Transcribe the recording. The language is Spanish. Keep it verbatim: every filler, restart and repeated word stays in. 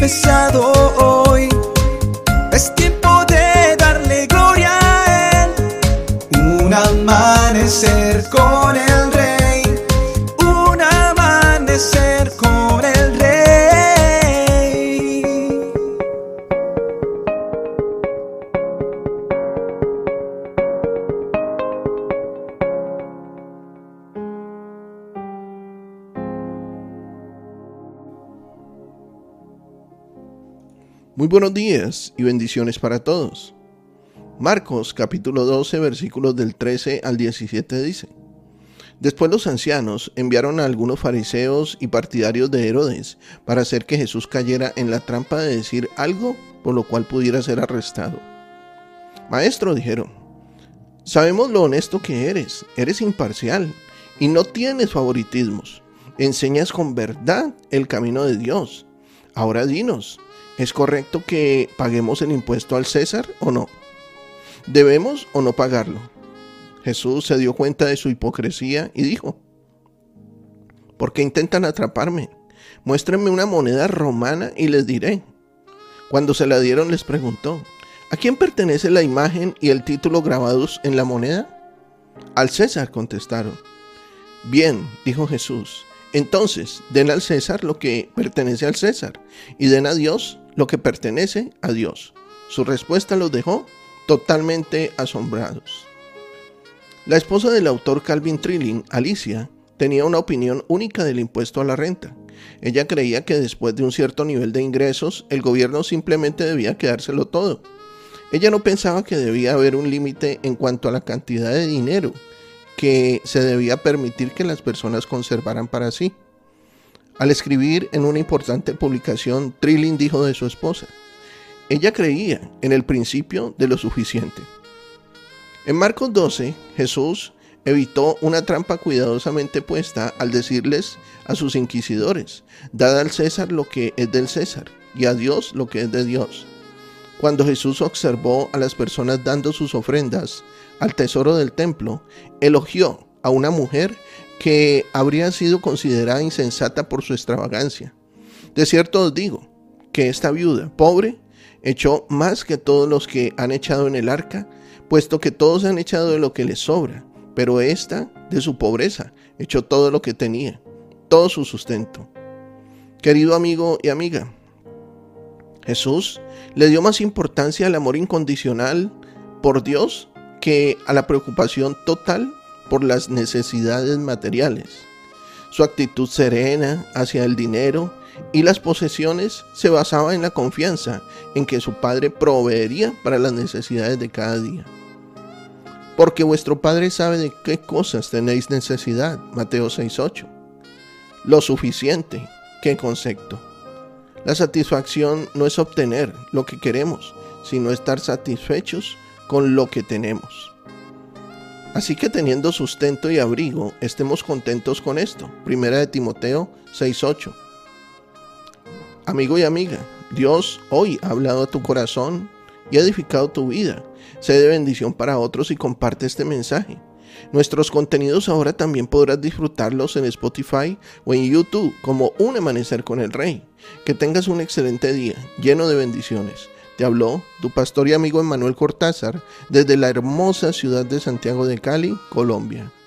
pesado hoy. Es tiempo de darle gloria a Él. Un amanecer con el Rey. Un amanecer con el Rey. Muy buenos días y bendiciones para todos. Marcos capítulo doce versículos del trece al diecisiete dice: Después los ancianos enviaron a algunos fariseos y partidarios de Herodes para hacer que Jesús cayera en la trampa de decir algo por lo cual pudiera ser arrestado. Maestro, dijeron, sabemos lo honesto que eres, eres imparcial y no tienes favoritismos. Enseñas con verdad el camino de Dios. Ahora dinos, ¿es correcto que paguemos el impuesto al César o no? ¿Debemos o no pagarlo? Jesús se dio cuenta de su hipocresía y dijo: ¿Por qué intentan atraparme? Muéstrenme una moneda romana y les diré. Cuando se la dieron les preguntó: ¿a quién pertenece la imagen y el título grabados en la moneda? Al César, contestaron. Bien, dijo Jesús, entonces den al César lo que pertenece al César y den a Dios lo que pertenece a Dios. Su respuesta los dejó totalmente asombrados. La esposa del autor Calvin Trillin, Alicia, tenía una opinión única del impuesto a la renta. Ella creía que después de un cierto nivel de ingresos, el gobierno simplemente debía quedárselo todo. Ella no pensaba que debía haber un límite en cuanto a la cantidad de dinero que se debía permitir que las personas conservaran para sí. Al escribir en una importante publicación, Trillin dijo de su esposa: ella creía en el principio de lo suficiente. En Marcos doce, Jesús evitó una trampa cuidadosamente puesta al decirles a sus inquisidores: dad al César lo que es del César y a Dios lo que es de Dios. Cuando Jesús observó a las personas dando sus ofrendas al tesoro del templo, elogió a una mujer que habría sido considerada insensata por su extravagancia. De cierto os digo que esta viuda pobre echó más que todos los que han echado en el arca, puesto que todos han echado de lo que les sobra, pero esta, de su pobreza, echó todo lo que tenía, todo su sustento. Querido amigo y amiga, Jesús le dio más importancia al amor incondicional por Dios que a la preocupación total por las necesidades materiales. Su actitud serena hacia el dinero y las posesiones se basaba en la confianza en que su Padre proveería para las necesidades de cada día. Porque vuestro Padre sabe de qué cosas tenéis necesidad, Mateo seis ocho. Lo suficiente, ¿qué concepto? La satisfacción no es obtener lo que queremos, sino estar satisfechos con lo que tenemos. Así que teniendo sustento y abrigo, estemos contentos con esto. Primera de Timoteo seis ocho. Amigo y amiga, Dios hoy ha hablado a tu corazón y ha edificado tu vida. Sé de bendición para otros y comparte este mensaje. Nuestros contenidos ahora también podrás disfrutarlos en Spotify o en YouTube como Un Amanecer con el Rey. Que tengas un excelente día, lleno de bendiciones. Te habló tu pastor y amigo Emmanuel Cortázar desde la hermosa ciudad de Santiago de Cali, Colombia.